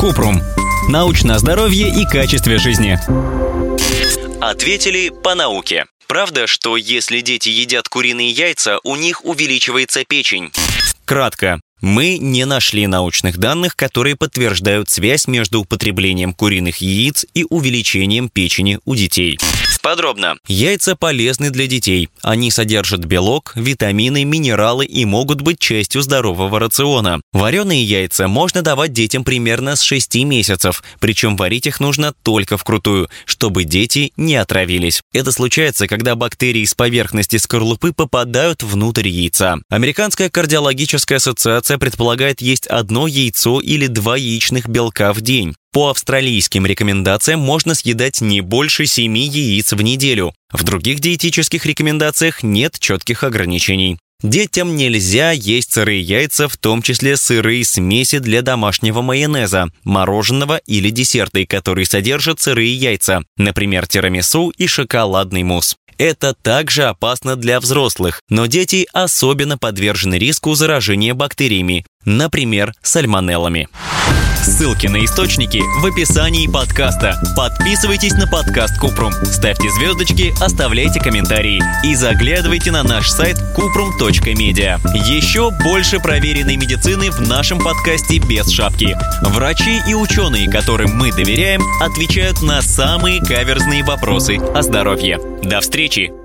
Купрум. Научное здоровье и качестве жизни. Ответили по науке. Правда, что если дети едят куриные яйца, у них увеличивается печень? Кратко. Мы не нашли научных данных, которые подтверждают связь между употреблением куриных яиц и увеличением печени у детей. Подробно. Яйца полезны для детей. Они содержат белок, витамины, минералы и могут быть частью здорового рациона. Вареные яйца можно давать детям примерно с 6 месяцев, причем варить их нужно только вкрутую, чтобы дети не отравились. Это случается, когда бактерии с поверхности скорлупы попадают внутрь яйца. Американская кардиологическая ассоциация предполагает есть 1 яйцо или 2 яичных белка в день. По австралийским рекомендациям можно съедать не больше 7 яиц в неделю. В других диетических рекомендациях нет четких ограничений. Детям нельзя есть сырые яйца, в том числе сырые смеси для домашнего майонеза, мороженого или десерты, которые содержат сырые яйца, например, тирамису и шоколадный мусс. Это также опасно для взрослых, но дети особенно подвержены риску заражения бактериями, например, сальмонеллами. Ссылки на источники в описании подкаста. Подписывайтесь на подкаст Купрум, ставьте звездочки, оставляйте комментарии и заглядывайте на наш сайт kuprum.media. Еще больше проверенной медицины в нашем подкасте без шапки. Врачи и ученые, которым мы доверяем, отвечают на самые каверзные вопросы о здоровье. До встречи!